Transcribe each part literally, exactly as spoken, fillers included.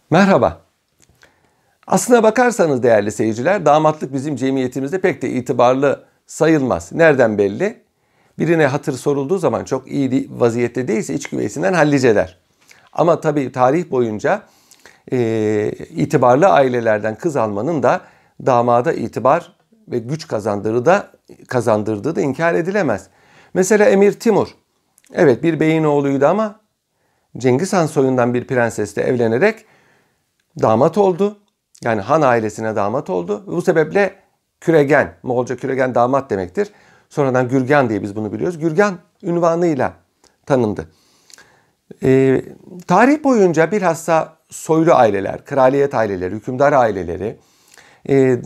Merhaba. Aslına bakarsanız değerli seyirciler, damatlık bizim cemiyetimizde pek de itibarlı sayılmaz. Nereden belli? Birine hatır sorulduğu zaman çok iyi vaziyette değilse iç güveysinden hallice eder. Ama tabii tarih boyunca e, itibarlı ailelerden kız almanın da damada itibar ve güç kazandırdığı da, kazandırdığı da inkar edilemez. Mesela Emir Timur, evet bir beyin oğluydu ama Cengiz Han soyundan bir prensesle evlenerek damat oldu. Yani Han ailesine damat oldu. Bu sebeple Küregen, Moğolca Küregen damat demektir. Sonradan Gürgen diye biz bunu biliyoruz. Gürgen ünvanıyla tanındı. Ee, tarih boyunca bilhassa soylu aileler, kraliyet aileleri, hükümdar aileleri, e, e,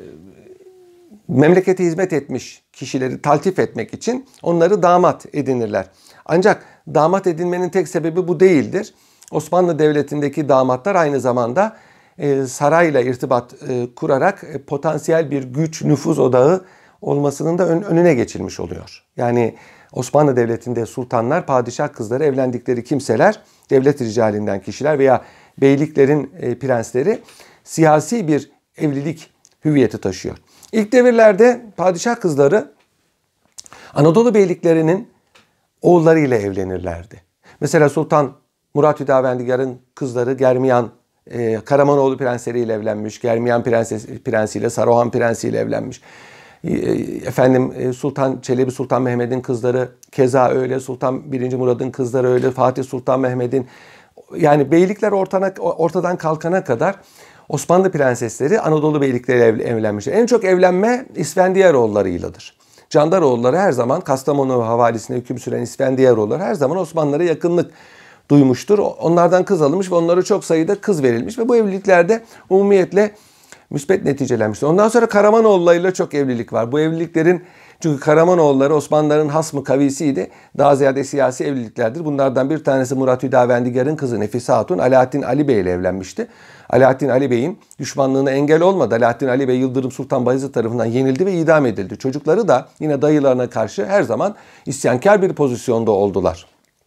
memlekete hizmet etmiş kişileri taltif etmek için onları damat edinirler. Ancak damat edinmenin tek sebebi bu değildir. Osmanlı Devleti'ndeki damatlar aynı zamanda e, sarayla irtibat e, kurarak e, potansiyel bir güç, nüfuz odağı olmasının da ön, önüne geçilmiş oluyor. Yani Osmanlı Devleti'nde sultanlar, padişah kızları evlendikleri kimseler, devlet ricalinden kişiler veya beyliklerin e, prensleri siyasi bir evlilik hüviyeti taşıyor. İlk devirlerde padişah kızları Anadolu beyliklerinin oğullarıyla evlenirlerdi. Mesela Sultan Murat Hüdavendigar'ın kızları Germiyan e, Karamanoğlu prensleriyle evlenmiş, Germiyan prenses, prensiyle, Saruhan prensiyle evlenmiş. E, efendim Sultan Çelebi Sultan Mehmet'in kızları keza öyle, Sultan birinci Murad'ın kızları öyle, Fatih Sultan Mehmet'in, yani beylikler ortana, ortadan kalkana kadar Osmanlı prensesleri Anadolu beylikleriyle evlenmişler. En çok evlenme İsfendiyaroğullarıyladır. Candaroğulları her zaman, Kastamonu havalisine hüküm süren İsfendiyaroğulları her zaman Osmanlılara yakınlık duymuştur. Onlardan kız alınmış ve onlara çok sayıda kız verilmiş ve bu evliliklerde umumiyetle müspet neticelenmiştir. Ondan sonra Karamanoğullarıyla çok evlilik var. Bu evliliklerin, çünkü Karamanoğulları Osmanlıların hasmı kavisiydi. Daha ziyade siyasi evliliklerdir. Bunlardan bir tanesi Murat Hüdavendigar'ın kızı Nefise Hatun Alaaddin Ali Bey ile evlenmişti. Alaaddin Ali Bey'in düşmanlığına engel olmadı. Alaaddin Ali Bey Yıldırım Sultan Bayezid tarafından yenildi ve idam edildi. Çocukları da yine dayılarına karşı her zaman isyankar bir pozisyonda oldular.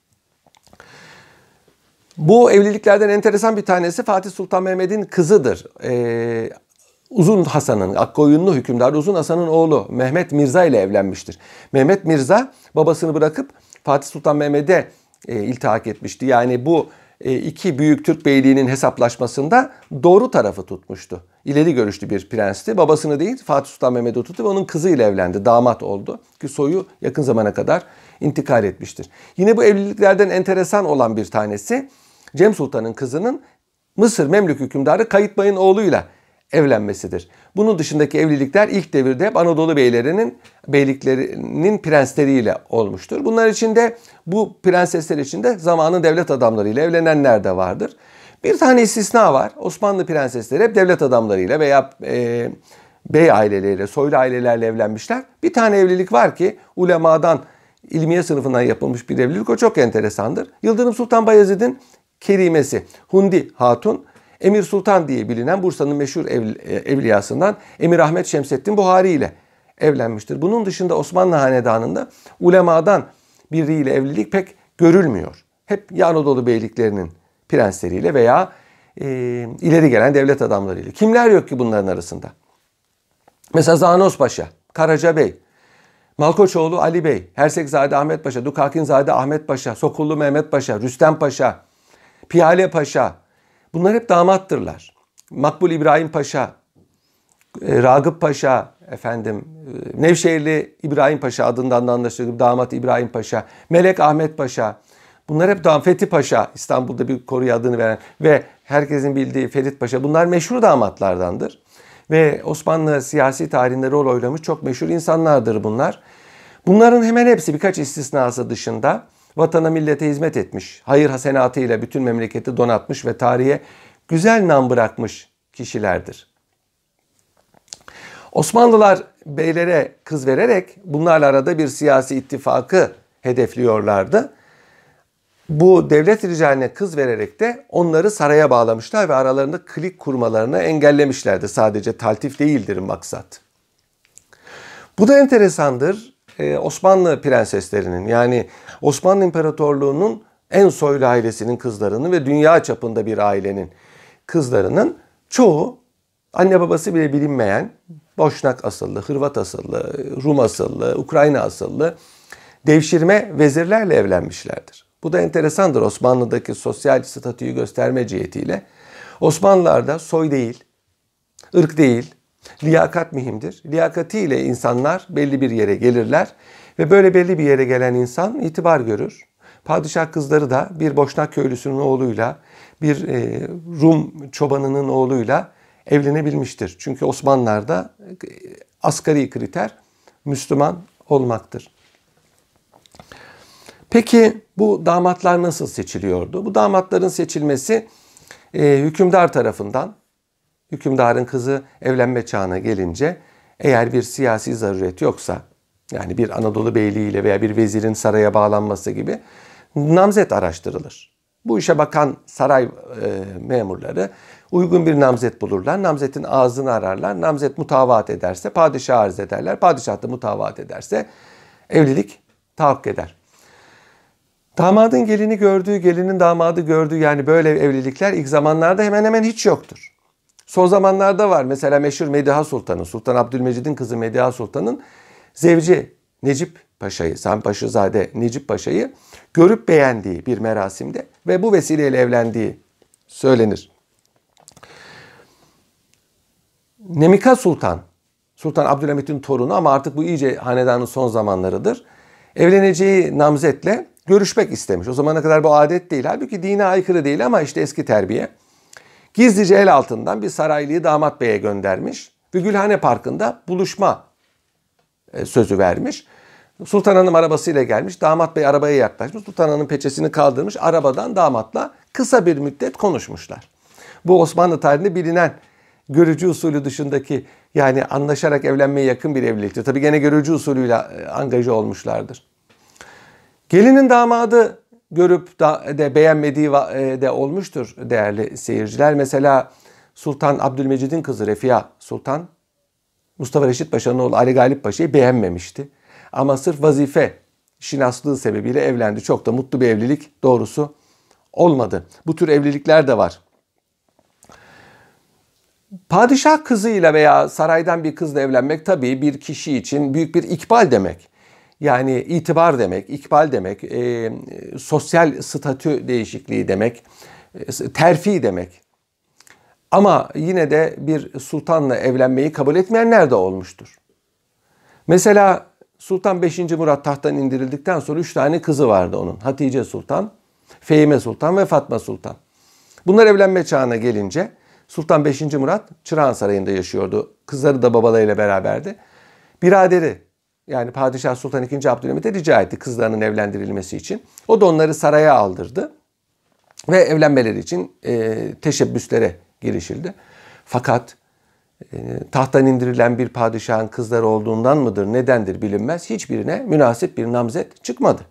Bu evliliklerden enteresan bir tanesi Fatih Sultan Mehmet'in kızıdır. Ee, Uzun Hasan'ın, Akkoyunlu hükümdar Uzun Hasan'ın oğlu Mehmet Mirza ile evlenmiştir. Mehmet Mirza babasını bırakıp Fatih Sultan Mehmet'e e, iltihak etmişti. Yani bu e, iki büyük Türk beyliğinin hesaplaşmasında doğru tarafı tutmuştu. İleri görüşlü bir prensti. Babasını değil Fatih Sultan Mehmet'i tuttu ve onun kızıyla evlendi. Damat oldu. Ki soyu yakın zamana kadar intikal etmiştir. Yine bu evliliklerden enteresan olan bir tanesi Cem Sultan'ın kızının Mısır Memlük hükümdarı Kayıtbay'ın oğluyla evlenmesidir. Bunun dışındaki evlilikler ilk devirde hep Anadolu beylerinin, beyliklerinin prensleriyle olmuştur. Bunlar içinde, bu prensesler içinde zamanın devlet adamlarıyla evlenenler de vardır. Bir tane istisna var. Osmanlı prensesleri hep devlet adamlarıyla veya e, bey aileleriyle, soylu ailelerle evlenmişler. Bir tane evlilik var ki ulemadan, ilmiye sınıfından yapılmış bir evlilik. O çok enteresandır. Yıldırım Sultan Bayezid'in kerimesi Hundi Hatun, Emir Sultan diye bilinen Bursa'nın meşhur evliyasından Emir Ahmet Şemseddin Buhari ile evlenmiştir. Bunun dışında Osmanlı Hanedanı'nda ulemadan biriyle evlilik pek görülmüyor. Hep ya Anadolu beyliklerinin prensleriyle veya e, ileri gelen devlet adamlarıyla. Kimler yok ki bunların arasında? Mesela Zanos Paşa, Karaca Bey, Malkoçoğlu Ali Bey, Hersekzade Ahmet Paşa, Dukakinzade Ahmet Paşa, Sokullu Mehmet Paşa, Rüstem Paşa, Piyale Paşa. Bunlar hep damattırlar. Makbul İbrahim Paşa, Ragıp Paşa, efendim Nevşehirli İbrahim Paşa adından da anlaşılır damat İbrahim Paşa, Melek Ahmet Paşa. Bunlar hep damat. Fethi Paşa, İstanbul'da bir koruya adını veren ve herkesin bildiği Ferit Paşa. Bunlar meşhur damatlardandır. Ve Osmanlı siyasi tarihinde rol oynamış çok meşhur insanlardır bunlar. Bunların hemen hepsi birkaç istisnası dışında vatana millete hizmet etmiş, hayır hasenatıyla bütün memleketi donatmış ve tarihe güzel nam bırakmış kişilerdir. Osmanlılar beylere kız vererek bunlarla arada bir siyasi ittifakı hedefliyorlardı. Bu devlet ricaline kız vererek de onları saraya bağlamışlar ve aralarında klik kurmalarını engellemişlerdi. Sadece taltif değildir maksat. Bu da enteresandır. Ee, Osmanlı prenseslerinin, yani Osmanlı İmparatorluğu'nun en soylu ailesinin kızlarını ve dünya çapında bir ailenin kızlarının çoğu anne babası bile bilinmeyen Boşnak asıllı, Hırvat asıllı, Rum asıllı, Ukrayna asıllı devşirme vezirlerle evlenmişlerdir. Bu da enteresandır Osmanlı'daki sosyal statüyü gösterme cihetiyle. Osmanlılar'da soy değil, ırk değil, liyakat mühimdir. Liyakatiyle insanlar belli bir yere gelirler ve böyle belli bir yere gelen insan itibar görür. Padişah kızları da bir Boşnak köylüsünün oğluyla, bir e, Rum çobanının oğluyla evlenebilmiştir. Çünkü Osmanlılar'da asgari kriter Müslüman olmaktır. Peki bu damatlar nasıl seçiliyordu? Bu damatların seçilmesi e, hükümdar tarafından, hükümdarın kızı evlenme çağına gelince eğer bir siyasi zaruret yoksa, yani bir Anadolu beyliğiyle veya bir vezirin saraya bağlanması gibi namzet araştırılır. Bu işe bakan saray e, memurları uygun bir namzet bulurlar. Namzetin ağzını ararlar. Namzet mutavaat ederse padişaha arz ederler. Padişah da mutavaat ederse evlilik tahakkuk eder. Damadın gelini gördüğü, gelinin damadı gördüğü yani böyle evlilikler ilk zamanlarda hemen hemen hiç yoktur. Son zamanlarda var. Mesela meşhur Mediha Sultan'ın, Sultan Abdülmecid'in kızı Mediha Sultan'ın zevci Necip Paşa'yı, Sanpaşazade Necip Paşa'yı görüp beğendiği bir merasimde ve bu vesileyle evlendiği söylenir. Nemika Sultan, Sultan Abdülhamit'in torunu ama artık bu iyice hanedanın son zamanlarıdır. Evleneceği namzetle görüşmek istemiş. O zamana kadar bu adet değil. Halbuki dine aykırı değil ama işte eski terbiye. Gizlice el altından bir saraylıyı damat beye göndermiş ve Gülhane Parkı'nda buluşma sözü vermiş. Sultan Hanım arabasıyla gelmiş. Damat bey arabaya yaklaşmış. Sultan Hanım peçesini kaldırmış. Arabadan damatla kısa bir müddet konuşmuşlar. Bu Osmanlı tarihinde bilinen görücü usulü dışındaki yani anlaşarak evlenmeye yakın bir evliliktir. Tabii gene görücü usulüyle angaja olmuşlardır. Gelinin damadı görüp da de beğenmediği de olmuştur değerli seyirciler. Mesela Sultan Abdülmecid'in kızı Refia Sultan Mustafa Reşit Paşa'nın oğlu Ali Galip Paşa'yı beğenmemişti. Ama sırf vazife şinaslığı sebebiyle evlendi. Çok da mutlu bir evlilik doğrusu olmadı. Bu tür evlilikler de var. Padişah kızıyla veya saraydan bir kızla evlenmek tabii bir kişi için büyük bir ikbal demek. Yani itibar demek, ikbal demek, e, sosyal statü değişikliği demek, e, terfi demek. Ama yine de bir sultanla evlenmeyi kabul etmeyenler de olmuştur. Mesela Sultan beşinci Murat tahttan indirildikten sonra üç tane kızı vardı onun. Hatice Sultan, Fehime Sultan ve Fatma Sultan. Bunlar evlenme çağına gelince Sultan beşinci Murat Çırağan Sarayı'nda yaşıyordu. Kızları da babalarıyla beraberdi. Biraderi yani Padişah Sultan ikinci. Abdülhamit'e rica etti kızlarının evlendirilmesi için. O da onları saraya aldırdı ve evlenmeleri için e, teşebbüslere girişildi. Fakat e, tahttan indirilen bir padişahın kızları olduğundan mıdır, nedendir bilinmez. Hiçbirine münasip bir namzet çıkmadı.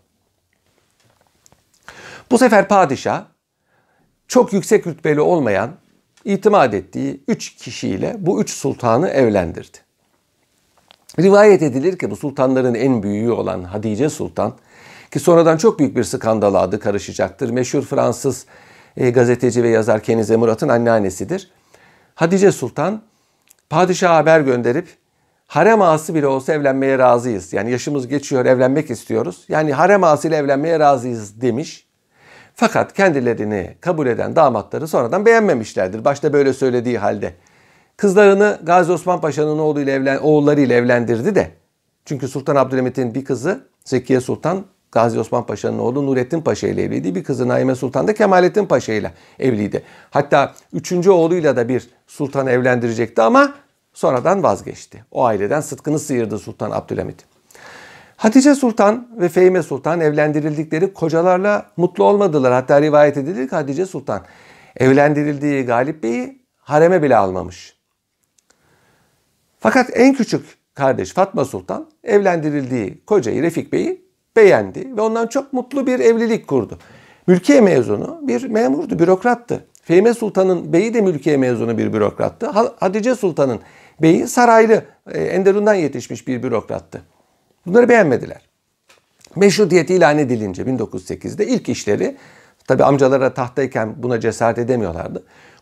Bu sefer padişah çok yüksek rütbeli olmayan, itimat ettiği üç kişiyle bu üç sultanı evlendirdi. Rivayet edilir ki bu sultanların en büyüğü olan Hatice Sultan, ki sonradan çok büyük bir skandala adı karışacaktır. Meşhur Fransız e, gazeteci ve yazar Kenize Murat'ın anneannesidir. Hatice Sultan padişaha haber gönderip harem ağası bile olsa evlenmeye razıyız. Yani yaşımız geçiyor, evlenmek istiyoruz. Yani harem ağasıyla evlenmeye razıyız demiş. Fakat kendilerini kabul eden damatları sonradan beğenmemişlerdir. Başta böyle söylediği halde. Kızlarını Gazi Osman Paşa'nın oğluyla evlen, oğullarıyla evlendirdi de. Çünkü Sultan Abdülhamit'in bir kızı Zekiye Sultan Gazi Osman Paşa'nın oğlu Nurettin Paşa ile evliydi. Bir kızı Naime Sultan da Kemalettin Paşa ile evliydi. Hatta üçüncü oğluyla da bir sultanı evlendirecekti ama sonradan vazgeçti. O aileden sıtkını sıyırdı Sultan Abdülhamit. Hatice Sultan ve Fehime Sultan evlendirildikleri kocalarla mutlu olmadılar. Hatta rivayet edilir ki Hatice Sultan evlendirildiği Galip Bey'i hareme bile almamış. Fakat en küçük kardeş Fatma Sultan evlendirildiği kocayı Refik Bey'i beğendi ve ondan çok mutlu bir evlilik kurdu. Mülkiye mezunu bir memurdu, bürokrattı. Fehime Sultan'ın beyi de mülkiye mezunu bir bürokrattı. Hatice Sultan'ın beyi saraylı, Enderun'dan yetişmiş bir bürokrattı. Bunları beğenmediler. Meşrutiyet ilan edilince bin dokuz yüz sekizde ilk işleri, tabi amcalara tahttayken buna cesaret edemiyorlardı.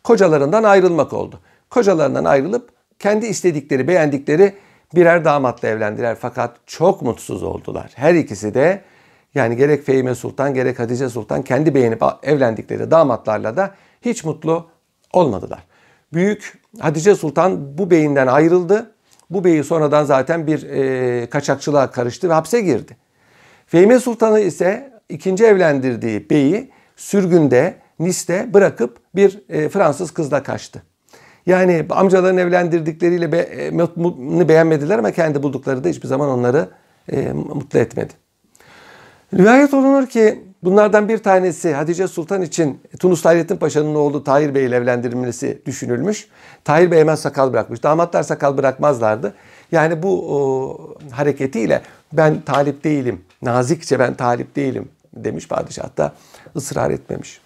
kocalarından ayrılmak oldu. Kocalarından ayrılıp kendi istedikleri, beğendikleri birer damatla evlendiler. Fakat çok mutsuz oldular. Her ikisi de, yani gerek Fehime Sultan gerek Hatice Sultan, kendi beğenip evlendikleri damatlarla da hiç mutlu olmadılar. Büyük Hatice Sultan bu beyinden ayrıldı. Bu beyi sonradan zaten bir e, kaçakçılığa karıştı ve hapse girdi. Fehime Sultan'ı ise ikinci evlendirdiği beyi sürgünde, Nice'te bırakıp bir e, Fransız kızla kaçtı. Yani amcaların evlendirdikleriyle be, e, mutluluğunu beğenmediler ama kendi buldukları da hiçbir zaman onları e, mutlu etmedi. Rivayet olunur ki bunlardan bir tanesi Hatice Sultan için Tunus Hayrettin Paşa'nın oğlu Tahir Bey ile evlendirilmesi düşünülmüş. Tahir Bey hemen sakal bırakmış. Damatlar sakal bırakmazlardı. Yani bu o, hareketiyle ben talip değilim, nazikçe ben talip değilim demiş padişah, hatta ısrar etmemiş.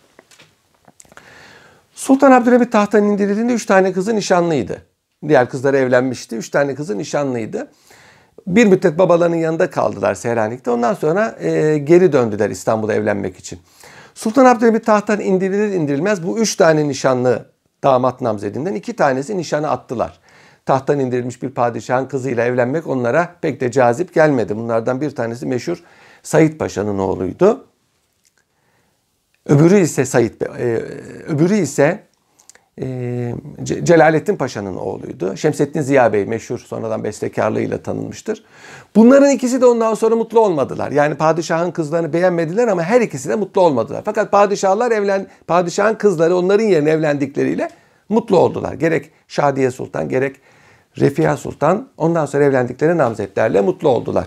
Sultan Abdülhamit tahttan indirildiğinde üç tane kızı nişanlıydı. Diğer kızları evlenmişti. Üç tane kızı nişanlıydı. Bir müddet babalarının yanında kaldılar Selanik'te. Ondan sonra e, geri döndüler İstanbul'a evlenmek için. Sultan Abdülhamit tahttan indirilir indirilmez bu üç tane nişanlı damat namzedinden iki tanesi nişanı attılar. Tahttan indirilmiş bir padişahın kızıyla evlenmek onlara pek de cazip gelmedi. Bunlardan bir tanesi meşhur Said Paşa'nın oğluydu. Öbürü ise Said, e, öbürü ise e, Celalettin Paşa'nın oğluydu. Şemseddin Ziya Bey meşhur, sonradan bestekarlığıyla tanınmıştır. Bunların ikisi de ondan sonra mutlu olmadılar. Yani padişahın kızlarını beğenmediler ama her ikisi de mutlu olmadılar. Fakat padişahlar evlen, padişahın kızları onların yerine evlendikleriyle mutlu oldular. Gerek Şadiye Sultan gerek Refia Sultan ondan sonra evlendikleri namzetlerle mutlu oldular.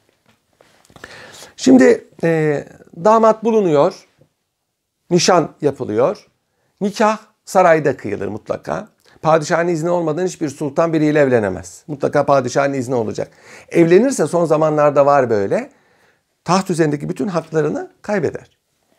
Şimdi e, damat bulunuyor. Nişan yapılıyor. Nikah sarayda kıyılır mutlaka. Padişahın izni olmadan hiçbir sultan biriyle evlenemez. Mutlaka padişahın izni olacak. Evlenirse son zamanlarda var böyle, taht üzerindeki bütün haklarını kaybeder.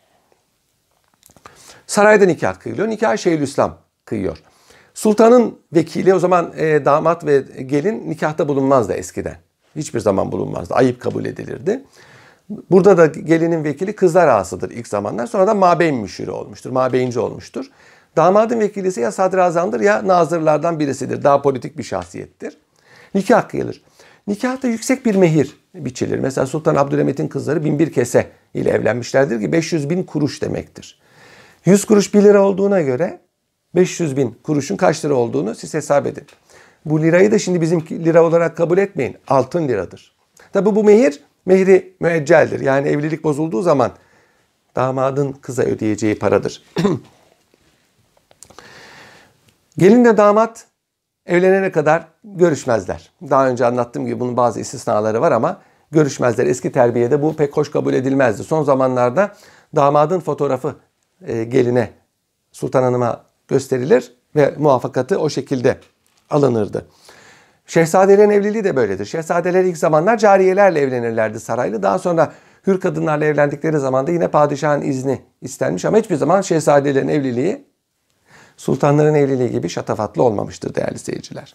Sarayda nikah kıyılıyor. Nikah Şeyhülislam kıyıyor. Sultanın vekili, o zaman e, damat ve gelin nikahta bulunmazdı eskiden. Hiçbir zaman bulunmazdı. Ayıp kabul edilirdi. Burada da gelinin vekili kızlar ağasıdır ilk zamanlar. Sonra da mabeyn müşiri olmuştur. Mabeyinci olmuştur. Damadın vekilisi ya sadrazamdır ya nazırlardan birisidir. Daha politik bir şahsiyettir. Nikah kıyılır. Nikahta yüksek bir mehir biçilir. Mesela Sultan Abdülhamit'in kızları bin bir kese ile evlenmişlerdir ki beş yüz bin kuruş demektir. yüz kuruş bir lira olduğuna göre beş yüz bin kuruşun kaç lira olduğunu siz hesap edin. Bu lirayı da şimdi bizim lira olarak kabul etmeyin. Altın liradır. Tabi bu mehir mehri müecceldir. Yani evlilik bozulduğu zaman damadın kıza ödeyeceği paradır. Gelinle damat evlenene kadar görüşmezler. Daha önce anlattığım gibi bunun bazı istisnaları var ama görüşmezler. Eski terbiyede bu pek hoş kabul edilmezdi. Son zamanlarda damadın fotoğrafı e, geline, Sultan Hanım'a gösterilir ve muvaffakatı o şekilde alınırdı. Şehzadelerin evliliği de böyledir. Şehzadeler ilk zamanlar cariyelerle evlenirlerdi saraylı. Daha sonra hür kadınlarla evlendikleri zaman da yine padişahın izni istenmiş ama hiçbir zaman şehzadelerin evliliği sultanların evliliği gibi şatafatlı olmamıştır değerli seyirciler.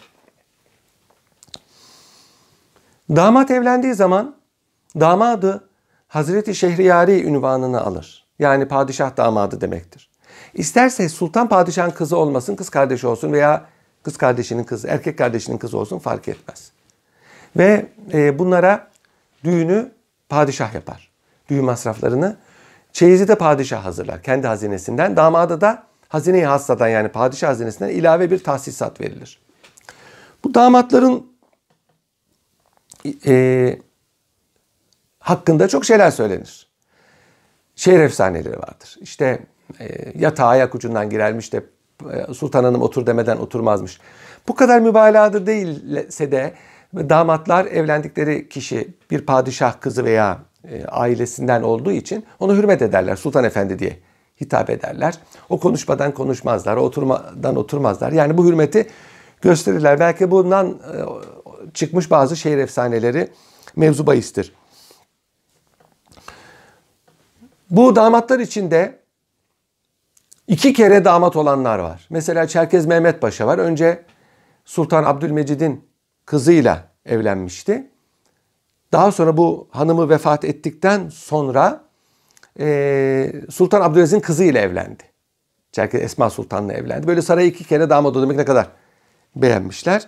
Damat evlendiği zaman damadı Hazreti Şehriyari ünvanını alır. Yani padişah damadı demektir. İsterse sultan padişahın kızı olmasın, kız kardeşi olsun veya kız kardeşinin kızı, erkek kardeşinin kızı olsun fark etmez. Ve e, bunlara düğünü padişah yapar. Düğün masraflarını. Çeyizi de padişah hazırlar kendi hazinesinden. Damada da hazine-i hassadan yani padişah hazinesinden ilave bir tahsisat verilir. Bu damatların e, hakkında çok şeyler söylenir. Şehir efsaneleri vardır. İşte e, yatağa ayak ucundan girermiş de e, Sultan Hanım otur demeden oturmazmış. Bu kadar mübalağadır değilse de damatlar evlendikleri kişi bir padişah kızı veya e, ailesinden olduğu için onu hürmet ederler. Sultan Efendi diye hitap ederler. O konuşmadan konuşmazlar, o oturmadan oturmazlar. Yani bu hürmeti gösterirler. Belki bundan e, çıkmış bazı şehir efsaneleri mevzu bahistir. Bu damatlar içinde iki kere damat olanlar var. Mesela Çerkez Mehmet Paşa var. Önce Sultan Abdülmecid'in kızıyla evlenmişti. Daha sonra bu hanımı vefat ettikten sonra e, Sultan Abdülaziz'in kızıyla evlendi. Çerkez Esma Sultan'la evlendi. Böyle sarayı iki kere damat oldu. Demek ne kadar beğenmişler.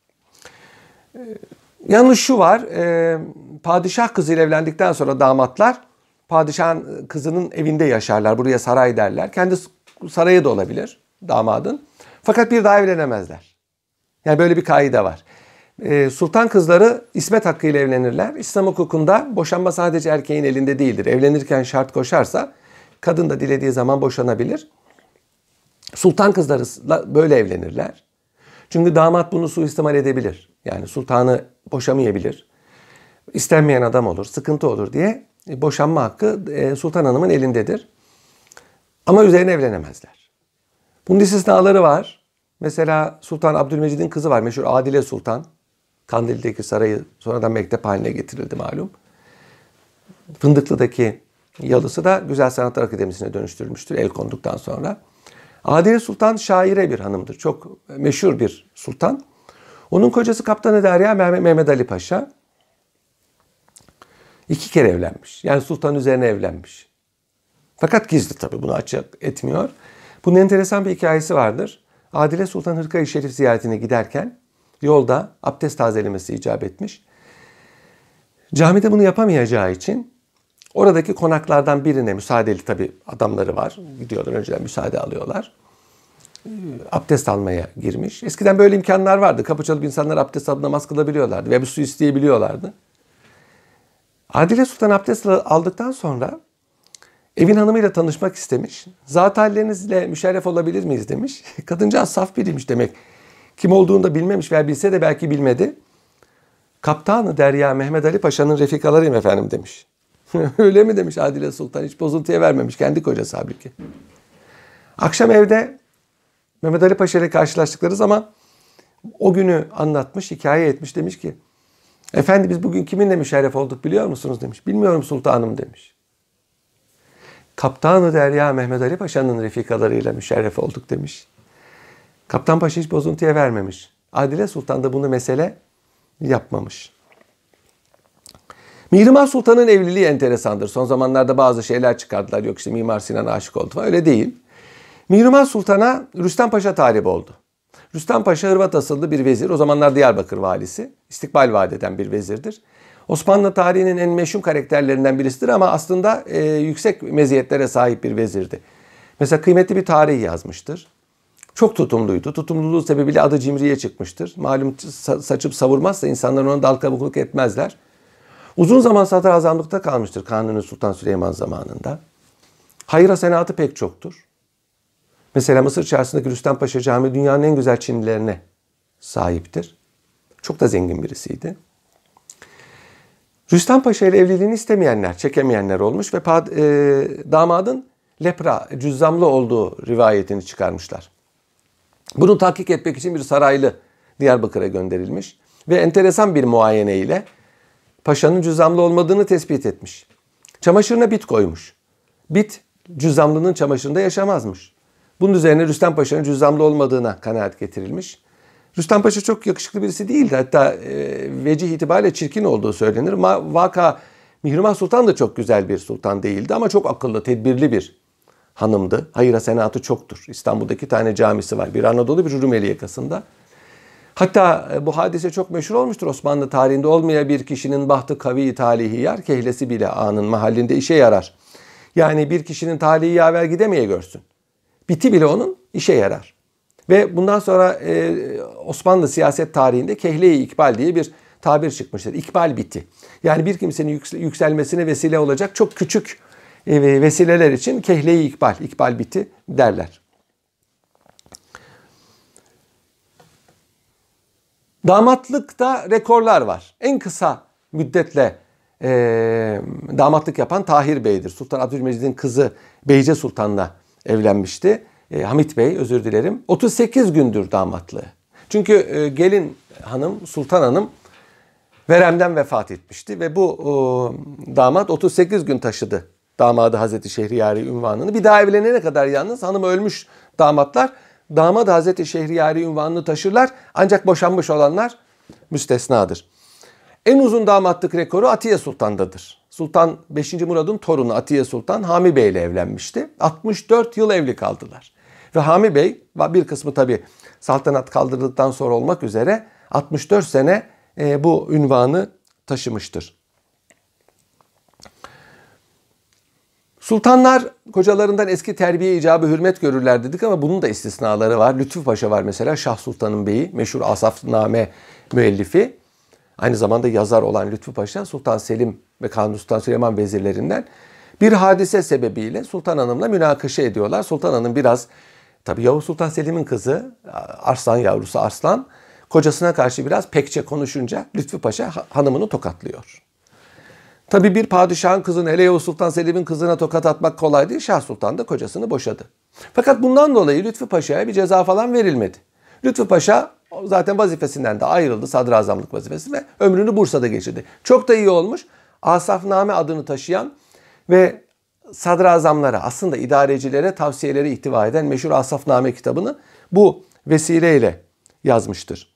Yalnız şu var, e, padişah kızıyla evlendikten sonra damatlar padişahın kızının evinde yaşarlar. Buraya saray derler. Kendi sarayı da olabilir damadın. Fakat bir daha evlenemezler. Yani böyle bir kaide var. E, sultan kızları ismet hakkıyla evlenirler. İslam hukukunda boşanma sadece erkeğin elinde değildir. Evlenirken şart koşarsa kadın da dilediği zaman boşanabilir. Sultan kızları böyle evlenirler. Çünkü damat bunu suistimal edebilir. Yani sultanı boşamayabilir. İstenmeyen adam olur, sıkıntı olur diye boşanma hakkı sultan hanımın elindedir. Ama üzerine evlenemezler. Bunun istisnaları var. Mesela Sultan Abdülmecid'in kızı var. Meşhur Adile Sultan. Kandilli'deki sarayı sonradan mektep haline getirildi malum. Fındıklı'daki yalısı da Güzel Sanatlar Akademisi'ne dönüştürülmüştür el konduktan sonra. Adile Sultan şaire bir hanımdır. Çok meşhur bir sultan. Onun kocası Kaptanı Derya Mehmet Ali Paşa. İki kere evlenmiş. Yani sultan üzerine evlenmiş. Fakat gizli tabii, bunu açık etmiyor. Bunun enteresan bir hikayesi vardır. Adile Sultan Hırkayı Şerif ziyaretine giderken yolda abdest tazelemesi icap etmiş. Camide bunu yapamayacağı için oradaki konaklardan birine, müsaadeli tabii adamları var. Gidiyorlar, önceden müsaade alıyorlar. Abdest almaya girmiş. Eskiden böyle imkanlar vardı. Kapı çalıp insanlar abdest alıp namaz kılabiliyorlardı. Veya bir su isteyebiliyorlardı. Adile Sultan abdest aldıktan sonra evin hanımıyla tanışmak istemiş. Zat hallerinizle müşerref olabilir miyiz demiş. Kadıncağız saf biriymiş demek. Kim olduğunu da bilmemiş veya bilse de belki bilmedi. Kaptanı Derya Mehmet Ali Paşa'nın refikalarıyım efendim demiş. Öyle mi demiş Adile Sultan, hiç bozuntuya vermemiş, kendi kocası halbuki. Akşam evde Mehmet Ali Paşa ile karşılaştıkları zaman o günü anlatmış, hikaye etmiş, demiş ki efendi biz bugün kiminle müşerref olduk biliyor musunuz demiş. Bilmiyorum sultanım demiş. Kaptanı Derya Mehmet Ali Paşa'nın refikalarıyla müşerref olduk demiş. Kaptan Paşa hiç bozuntuya vermemiş. Adile Sultan da bunu mesele yapmamış. Mihrimah Sultan'ın evliliği enteresandır. Son zamanlarda bazı şeyler çıkardılar. Yok işte Mimar Sinan aşık oldu falan. Öyle değil. Mihrimah Sultan'a Rüstem Paşa talip oldu. Rüstem Paşa Hırvat asıllı bir vezir. O zamanlar Diyarbakır valisi. İstikbal vaat eden bir vezirdir. Osmanlı tarihinin en meşhur karakterlerinden birisidir ama aslında e, yüksek meziyetlere sahip bir vezirdi. Mesela kıymetli bir tarih yazmıştır. Çok tutumluydu. Tutumluluğu sebebiyle adı cimriye çıkmıştır. Malum saçıp savurmazsa insanlar ona dal kabukluk etmezler. Uzun zaman sadrazamlıkta kalmıştır Kanuni Sultan Süleyman zamanında. Hayır hasenatı pek çoktur. Mesela Mısır Çarşısı'ndaki Rüstem Paşa Camii dünyanın en güzel çinilerine sahiptir. Çok da zengin birisiydi. Rüstem Paşa ile evliliğini istemeyenler, çekemeyenler olmuş ve e, damadın lepra, cüzzamlı olduğu rivayetini çıkarmışlar. Bunu tahkik etmek için bir saraylı Diyarbakır'a gönderilmiş ve enteresan bir muayene ile paşanın cüzzamlı olmadığını tespit etmiş. Çamaşırına bit koymuş. Bit cüzzamlının çamaşırında yaşamazmış. Bunun üzerine Rüstem Paşa'nın cüzzamlı olmadığına kanaat getirilmiş. Rüstem Paşa çok yakışıklı birisi değildi. Hatta e, vecih itibariyle çirkin olduğu söylenir. Ma, vaka Mihrimah Sultan da çok güzel bir sultan değildi ama çok akıllı, tedbirli bir hanımdı. Hayır hasenatı çoktur. İstanbul'da iki tane camisi var. Bir Anadolu, bir Rumeli yakasında. Hatta bu hadise çok meşhur olmuştur. Osmanlı tarihinde olmaya bir kişinin bahtı kavi talihi yar, kehlesi bile anın mahallinde işe yarar. Yani bir kişinin talihi yaver gidemeye görsün. Biti bile onun işe yarar. Ve bundan sonra e, Osmanlı siyaset tarihinde kehle-i ikbal diye bir tabir çıkmıştır. İkbal biti. Yani bir kimsenin yükselmesine vesile olacak çok küçük e, vesileler için kehle-i ikbal, ikbal biti derler. Damatlıkta rekorlar var. En kısa müddetle e, damatlık yapan Tahir Bey'dir. Sultan Abdülmecid'in kızı Beyce Sultan'la evlenmişti. E, Hamit Bey, özür dilerim. otuz sekiz gündür damatlığı. Çünkü e, gelin hanım, Sultan Hanım veremden vefat etmişti ve bu e, damat otuz sekiz gün taşıdı damadı Hazreti Şehriyari ünvanını. Bir daha evlenene kadar yalnız hanım ölmüş damatlar damadı Hazreti Şehriyari ünvanını taşırlar. Ancak boşanmış olanlar müstesnadır. En uzun damatlık rekoru Atiye Sultan'dadır. Sultan beşinci Murad'ın torunu Atiye Sultan Hami Bey ile evlenmişti. altmış dört yıl evli kaldılar. Ve Hami Bey, bir kısmı tabii saltanat kaldırıldıktan sonra olmak üzere altmış dört sene e, bu ünvanı taşımıştır. Sultanlar kocalarından eski terbiye icabı hürmet görürler dedik ama bunun da istisnaları var. Lütfü Paşa var mesela, Şah Sultan'ın beyi, meşhur Asafname müellifi. Aynı zamanda yazar olan Lütfü Paşa, Sultan Selim ve Kanuni Sultan Süleyman vezirlerinden bir hadise sebebiyle Sultan Hanım'la münakaşa ediyorlar. Sultan Hanım biraz, tabii Yavuz Sultan Selim'in kızı, Arslan yavrusu Arslan, kocasına karşı biraz pekçe konuşunca Lütfü Paşa hanımını tokatlıyor. Tabii bir padişahın kızını, hele Yavuz Sultan Selim'in kızına tokat atmak kolay değil. Şah Sultan da kocasını boşadı. Fakat bundan dolayı Lütfü Paşa'ya bir ceza falan verilmedi. Lütfü Paşa zaten vazifesinden de ayrıldı, sadrazamlık vazifesi, ve ömrünü Bursa'da geçirdi. Çok da iyi olmuş. Asafname adını taşıyan ve sadrazamlara, aslında idarecilere tavsiyeleri ihtiva eden meşhur Asafname kitabını bu vesileyle yazmıştır.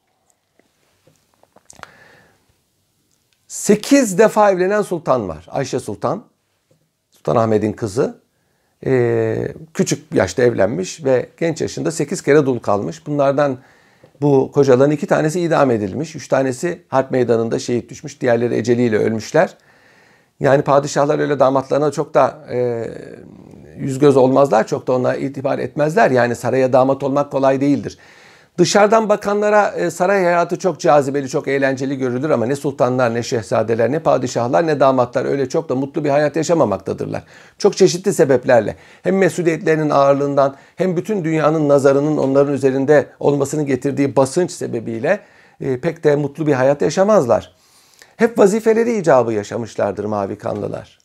Sekiz defa evlenen sultan var. Ayşe Sultan, Sultan Ahmet'in kızı. Ee, küçük yaşta evlenmiş ve genç yaşında sekiz kere dul kalmış. Bunlardan bu kocaların iki tanesi idam edilmiş. Üç tanesi harp meydanında şehit düşmüş. Diğerleri eceliyle ölmüşler. Yani padişahlar öyle damatlarına çok da e, yüz göz olmazlar. Çok da ona itibar etmezler. Yani saraya damat olmak kolay değildir. Dışarıdan bakanlara e, saray hayatı çok cazibeli, çok eğlenceli görülür ama ne sultanlar, ne şehzadeler, ne padişahlar, ne damatlar öyle çok da mutlu bir hayat yaşamamaktadırlar. Çok çeşitli sebeplerle, hem mesuliyetlerinin ağırlığından hem bütün dünyanın nazarının onların üzerinde olmasını getirdiği basınç sebebiyle e, pek de mutlu bir hayat yaşamazlar. Hep vazifeleri icabı yaşamışlardır mavi kanlılar.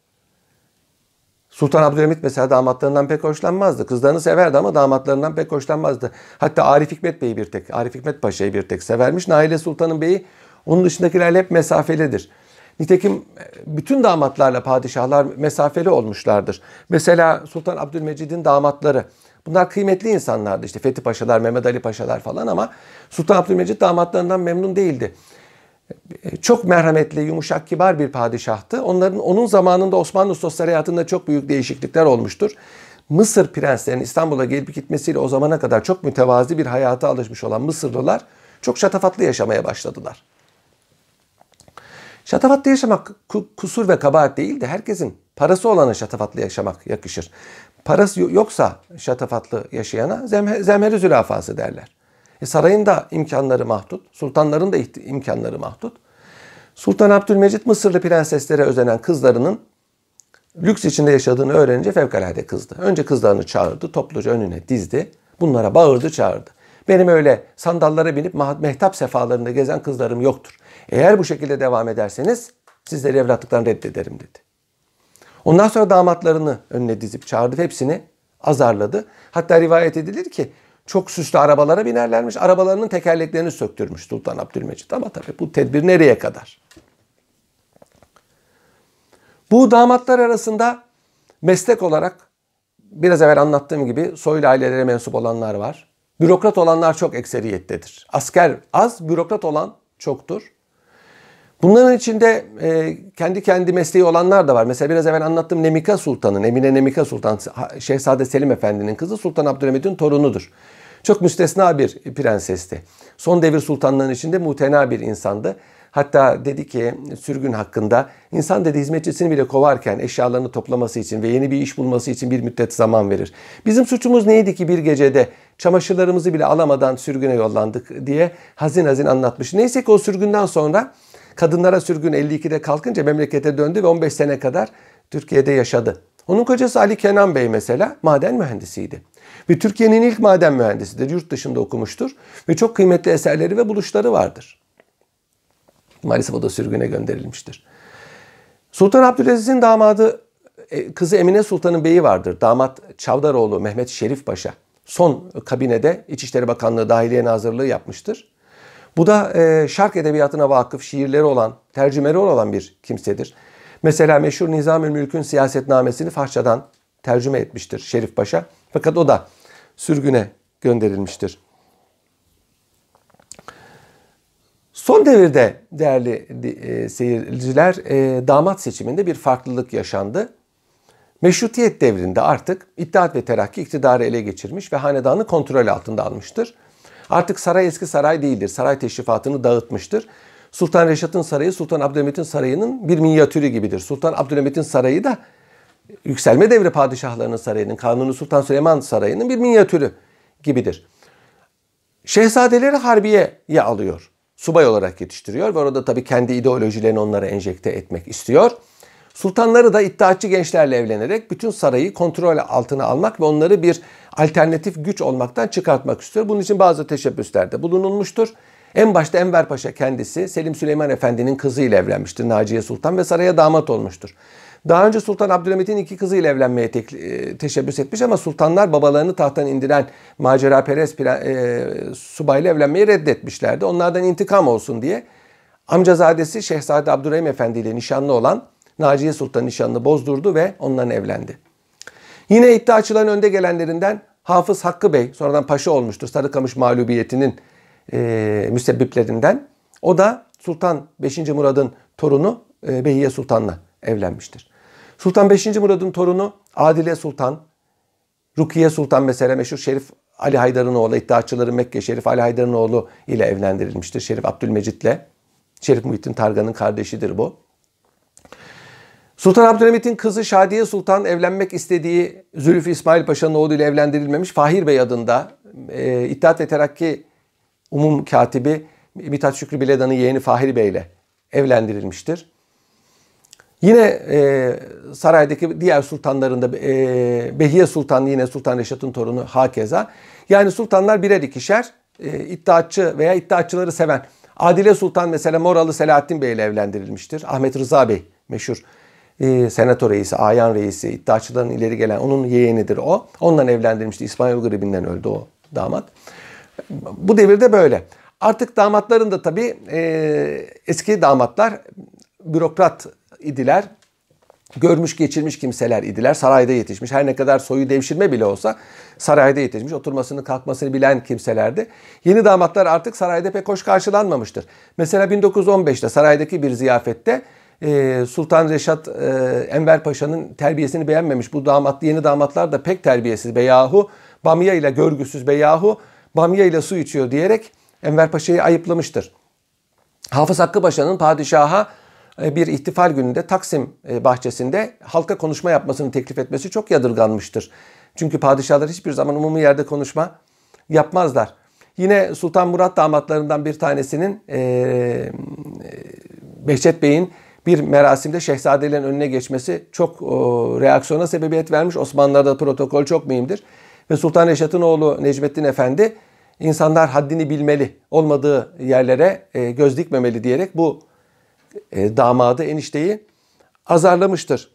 Sultan Abdülhamit mesela damatlarından pek hoşlanmazdı. Kızlarını severdi ama damatlarından pek hoşlanmazdı. Hatta Arif Hikmet Bey'i bir tek, Arif Hikmet Paşa'yı bir tek severmiş. Naile Sultan'ın beyi, onun dışındakilerle hep mesafelidir. Nitekim bütün damatlarla padişahlar mesafeli olmuşlardır. Mesela Sultan Abdülmecid'in damatları, bunlar kıymetli insanlardı. İşte Fethi Paşalar, Mehmet Ali Paşalar falan, ama Sultan Abdülmecid damatlarından memnun değildi. Çok merhametli, yumuşak, kibar bir padişahtı. Onların onun zamanında Osmanlı sosyal hayatında çok büyük değişiklikler olmuştur. Mısır prenslerinin İstanbul'a gelip gitmesiyle o zamana kadar çok mütevazi bir hayata alışmış olan Mısırlılar çok şatafatlı yaşamaya başladılar. Şatafatlı yaşamak kusur ve kabahat değil de herkesin parası olana şatafatlı yaşamak yakışır. Parası yoksa şatafatlı yaşayana zemheri zülafası derler. E sarayın da imkanları mahdut, sultanların da imkanları mahdut. Sultan Abdülmecid Mısırlı prenseslere özenen kızlarının lüks içinde yaşadığını öğrenince fevkalade kızdı. Önce kızlarını çağırdı, topluca önüne dizdi. Bunlara bağırdı, çağırdı. Benim öyle sandallara binip mehtap sefalarında gezen kızlarım yoktur. Eğer bu şekilde devam ederseniz sizleri evlatlıktan reddederim dedi. Ondan sonra damatlarını önüne dizip çağırdı. Hepsini azarladı. Hatta rivayet edilir ki çok süslü arabalara binerlermiş. Arabalarının tekerleklerini söktürmüş Sultan Abdülmecid. Ama tabii bu tedbir nereye kadar? Bu damatlar arasında meslek olarak biraz evvel anlattığım gibi soylu ailelere mensup olanlar var. Bürokrat olanlar çok ekseriyettedir. Asker az, bürokrat olan çoktur. Bunların içinde e, kendi kendi mesleği olanlar da var. Mesela biraz evvel anlattığım Nemika Sultan'ın, Emine Nemika Sultan, Şehzade Selim Efendi'nin kızı, Sultan Abdülhamid'in torunudur. Çok müstesna bir prensesti. Son devir sultanların içinde mutena bir insandı. Hatta dedi ki sürgün hakkında, insan dedi hizmetçisini bile kovarken eşyalarını toplaması için ve yeni bir iş bulması için bir müddet zaman verir. Bizim suçumuz neydi ki bir gecede çamaşırlarımızı bile alamadan sürgüne yollandık diye hazin hazin anlatmış. Neyse ki o sürgünden sonra kadınlara sürgün elli ikide kalkınca memlekete döndü ve on beş sene kadar Türkiye'de yaşadı. Onun kocası Ali Kenan Bey mesela maden mühendisiydi. Ve Türkiye'nin ilk maden mühendisidir. Yurt dışında okumuştur. Ve çok kıymetli eserleri ve buluşları vardır. Maalesef o da sürgüne gönderilmiştir. Sultan Abdülaziz'in damadı, kızı Emine Sultan'ın beyi vardır. Damat Çavdaroğlu Mehmet Şerif Paşa. Son kabinede İçişleri Bakanlığı Dahiliye Nazırlığı yapmıştır. Bu da e, şark edebiyatına vakıf, şiirleri olan, tercümeleri olan bir kimsedir. Mesela meşhur Nizam-ı Mülk'ün siyasetnamesini Farsçadan tercüme etmiştir Şerif Paşa. Fakat o da sürgüne gönderilmiştir. Son devirde değerli e, seyirciler, e, damat seçiminde bir farklılık yaşandı. Meşrutiyet devrinde artık İttihat ve Terakki iktidarı ele geçirmiş ve hanedanı kontrol altında almıştır. Artık saray eski saray değildir. Saray teşrifatını dağıtmıştır. Sultan Reşat'ın sarayı Sultan Abdülhamit'in sarayının bir minyatürü gibidir. Sultan Abdülhamit'in sarayı da yükselme devri padişahlarının sarayının, Kanuni Sultan Süleyman sarayının bir minyatürü gibidir. Şehzadeleri harbiyeye alıyor. Subay olarak yetiştiriyor ve orada tabii kendi ideolojilerini onlara enjekte etmek istiyor. Sultanları da iddiatçı gençlerle evlenerek bütün sarayı kontrol altına almak ve onları bir alternatif güç olmaktan çıkartmak istiyor. Bunun için bazı teşebbüslerde bulunulmuştur. En başta Enver Paşa kendisi Selim Süleyman Efendi'nin kızıyla evlenmiştir, Naciye Sultan, ve saraya damat olmuştur. Daha önce Sultan Abdülhamit'in iki kızıyla evlenmeye te teşebbüs etmiş ama sultanlar babalarını tahttan indiren maceraperest e, subayla evlenmeyi reddetmişlerdi. Onlardan intikam olsun diye amcazadesi Şehzade Abdurrahim Efendi ile nişanlı olan Naciye Sultan nişanını bozdurdu ve onunla evlendi. Yine iddiaçıların önde gelenlerinden Hafız Hakkı Bey, sonradan paşa olmuştur, Sarıkamış mağlubiyetinin e, müsebbiplerinden. O da Sultan beşinci Murad'ın torunu e, Behiye Sultan'la evlenmiştir. Sultan beşinci Murad'ın torunu Adile Sultan, Rukiye Sultan mesela meşhur Şerif Ali Haydar'ın oğlu, iddiaçıların Mekke Şerif Ali Haydar'ın oğlu ile evlendirilmiştir. Şerif Abdülmecit'le. Şerif Muhittin Targan'ın kardeşidir bu. Sultan Abdülhamit'in kızı Şadiye Sultan evlenmek istediği Zülfü İsmail Paşa'nın oğlu ile evlendirilmemiş. Fahir Bey adında e, İttihat ve Terakki Umum Katibi Mithat Şükrü Biledan'ın yeğeni Fahir Bey ile evlendirilmiştir. Yine e, saraydaki diğer sultanların da e, Behiye Sultan yine Sultan Reşat'ın torunu hakeza. Yani sultanlar birer ikişer e, iddiatçı veya iddiatçıları seven. Adile Sultan mesela Moralı Selahattin Bey ile evlendirilmiştir. Ahmet Rıza Bey meşhur e, senato reisi, ayan reisi, iddiatçıların ileri gelen onun yeğenidir o. Ondan evlendirilmişti. İsmail gribinden öldü o damat. Bu devirde böyle. Artık damatların da tabii e, eski damatlar bürokrat idiler. Görmüş geçirmiş kimseler idiler. Sarayda yetişmiş. Her ne kadar soyu devşirme bile olsa sarayda yetişmiş. Oturmasını kalkmasını bilen kimselerdi. Yeni damatlar artık sarayda pek hoş karşılanmamıştır. Mesela bin dokuz yüz on beşte saraydaki bir ziyafette e, Sultan Reşat e, Enver Paşa'nın terbiyesini beğenmemiş. Bu damat, yeni damatlar da pek terbiyesiz beyahu, bamya ile görgüsüz beyahu, bamya ile su içiyor diyerek Enver Paşa'yı ayıplamıştır. Hafız Hakkı Paşa'nın padişaha bir ihtifal gününde Taksim bahçesinde halka konuşma yapmasını teklif etmesi çok yadırganmıştır. Çünkü padişahlar hiçbir zaman umumi yerde konuşma yapmazlar. Yine Sultan Murat damatlarından bir tanesinin e, Behçet Bey'in bir merasimde şehzadelerin önüne geçmesi çok o, reaksiyona sebebiyet vermiş. Osmanlılar'da protokol çok mühimdir. Ve Sultan Reşat'ın oğlu Necmettin Efendi insanlar haddini bilmeli, olmadığı yerlere e, göz dikmemeli diyerek bu e, damadı, enişteyi azarlamıştır.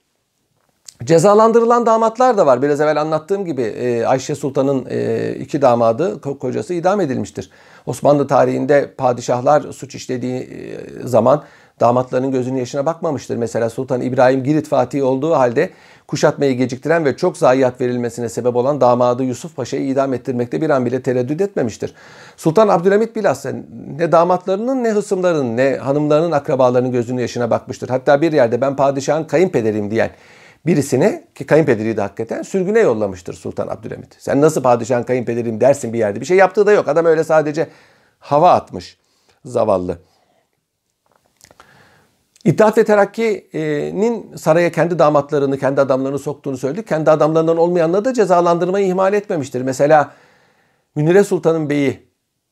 Cezalandırılan damatlar da var. Biraz evvel anlattığım gibi e, Ayşe Sultan'ın e, iki damadı, kocası idam edilmiştir. Osmanlı tarihinde padişahlar suç işlediği e, zaman damatlarının gözünün yaşına bakmamıştır. Mesela Sultan İbrahim Girit Fatih olduğu halde kuşatmayı geciktiren ve çok zayiat verilmesine sebep olan damadı Yusuf Paşa'yı idam ettirmekte bir an bile tereddüt etmemiştir. Sultan Abdülhamit bilhassa ne damatlarının ne hısımlarının ne hanımlarının akrabalarının gözünün yaşına bakmıştır. Hatta bir yerde ben padişahın kayınpederiyim diyen birisini, ki kayınpederiydi hakikaten, sürgüne yollamıştır Sultan Abdülhamit. Sen nasıl padişahın kayınpederiyim dersin bir yerde. Bir şey yaptığı da yok. Adam öyle sadece hava atmış zavallı. İttihat ve Terakki'nin saraya kendi damatlarını, kendi adamlarını soktuğunu söyledik. Kendi adamlarından olmayanları da cezalandırmayı ihmal etmemiştir. Mesela Münire Sultan'ın beyi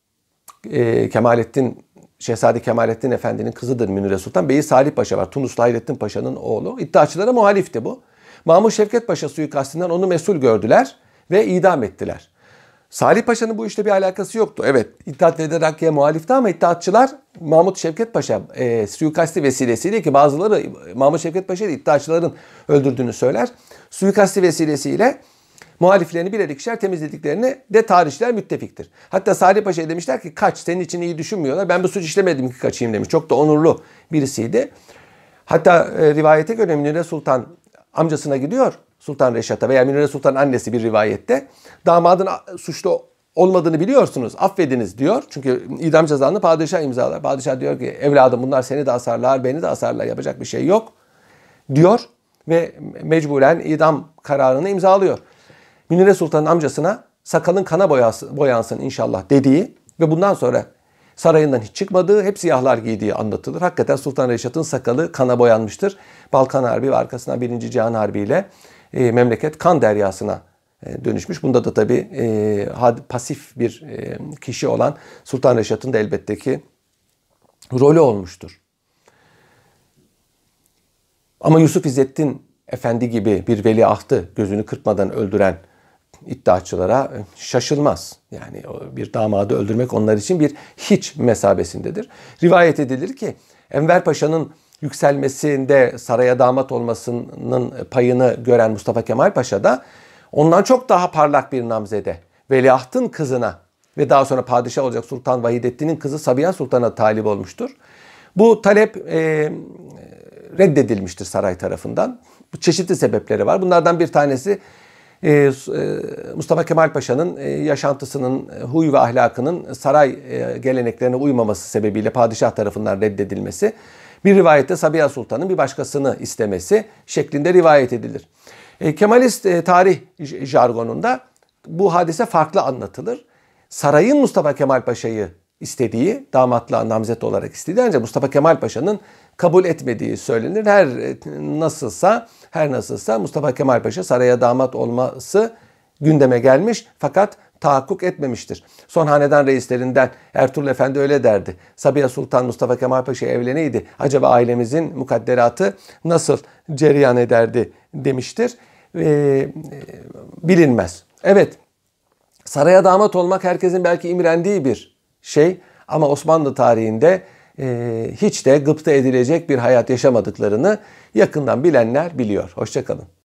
e, Kemalettin, Şehzade Kemalettin Efendi'nin kızıdır Münire Sultan. Beyi Salih Paşa var. Tunuslu Hayrettin Paşa'nın oğlu. İddiaçılara muhalifti bu. Mahmut Şevket Paşa suikastinden onu mesul gördüler ve idam ettiler. Salih Paşa'nın bu işle bir alakası yoktu. Evet, İttihat ve Terakki'ye muhalifti ama İttihatçılar Mahmut Şevket Paşa e, suikasti vesilesiyle, ki bazıları Mahmut Şevket Paşa'yı İttihatçıların öldürdüğünü söyler. Suikasti vesilesiyle muhaliflerini birer ikişer temizlediklerini de tarihçiler müttefiktir. Hatta Salih Paşa'ya demişler ki kaç, senin için iyi düşünmüyorlar. Ben bu suç işlemedim ki kaçayım demiş. Çok da onurlu birisiydi. Hatta e, rivayete göre Münire Sultan amcasına gidiyor, Sultan Reşat'a, veya Münire Sultan annesi bir rivayette. Damadın suçlu olmadığını biliyorsunuz, affediniz diyor. Çünkü idam cezasını padişah imzalar. Padişah diyor ki evladım bunlar seni de asarlar, beni de asarlar, yapacak bir şey yok diyor. ve mecburen idam kararını imzalıyor. Münire Sultan'ın amcasına sakalın kana boyası, boyansın inşallah dediği ve bundan sonra sarayından hiç çıkmadığı, hep siyahlar giydiği anlatılır. Hakikaten Sultan Reşat'ın sakalı kana boyanmıştır. Balkan Harbi ve arkasından birinci. Cihan Harbi ile e, memleket kan deryasına e, dönüşmüş. Bunda da tabii e, had, pasif bir e, kişi olan Sultan Reşat'ın da elbette ki rolü olmuştur. Ama Yusuf İzzettin Efendi gibi bir veliahtı gözünü kırpmadan öldüren iddiaçılara şaşılmaz. Yani bir damadı öldürmek onlar için bir hiç mesabesindedir. Rivayet edilir ki Enver Paşa'nın yükselmesinde saraya damat olmasının payını gören Mustafa Kemal Paşa da ondan çok daha parlak bir namzede, veliahtın kızına ve daha sonra padişah olacak Sultan Vahidettin'in kızı Sabiha Sultan'a talip olmuştur. Bu talep e, reddedilmiştir saray tarafından. Bu çeşitli sebepleri var. Bunlardan bir tanesi Mustafa Kemal Paşa'nın yaşantısının, huy ve ahlakının saray geleneklerine uymaması sebebiyle padişah tarafından reddedilmesi. Bir rivayette Sabiha Sultan'ın bir başkasını istemesi şeklinde rivayet edilir. Kemalist tarih jargonunda bu hadise farklı anlatılır. Sarayın Mustafa Kemal Paşa'yı istediği, damatlığa namzet olarak istediği ancak Mustafa Kemal Paşa'nın kabul etmediği söylenir. Her nasılsa, her nasılsa Mustafa Kemal Paşa saraya damat olması gündeme gelmiş fakat tahakkuk etmemiştir. Son hanedan reislerinden Ertuğrul Efendi öyle derdi. Sabiha Sultan Mustafa Kemal Paşa evleneydi. Acaba ailemizin mukadderatı nasıl cereyan ederdi demiştir. Ee, bilinmez. Evet, saraya damat olmak herkesin belki imrendiği bir şey ama Osmanlı tarihinde e, hiç de gıpta edilecek bir hayat yaşamadıklarını yakından bilenler biliyor. Hoşça kalın.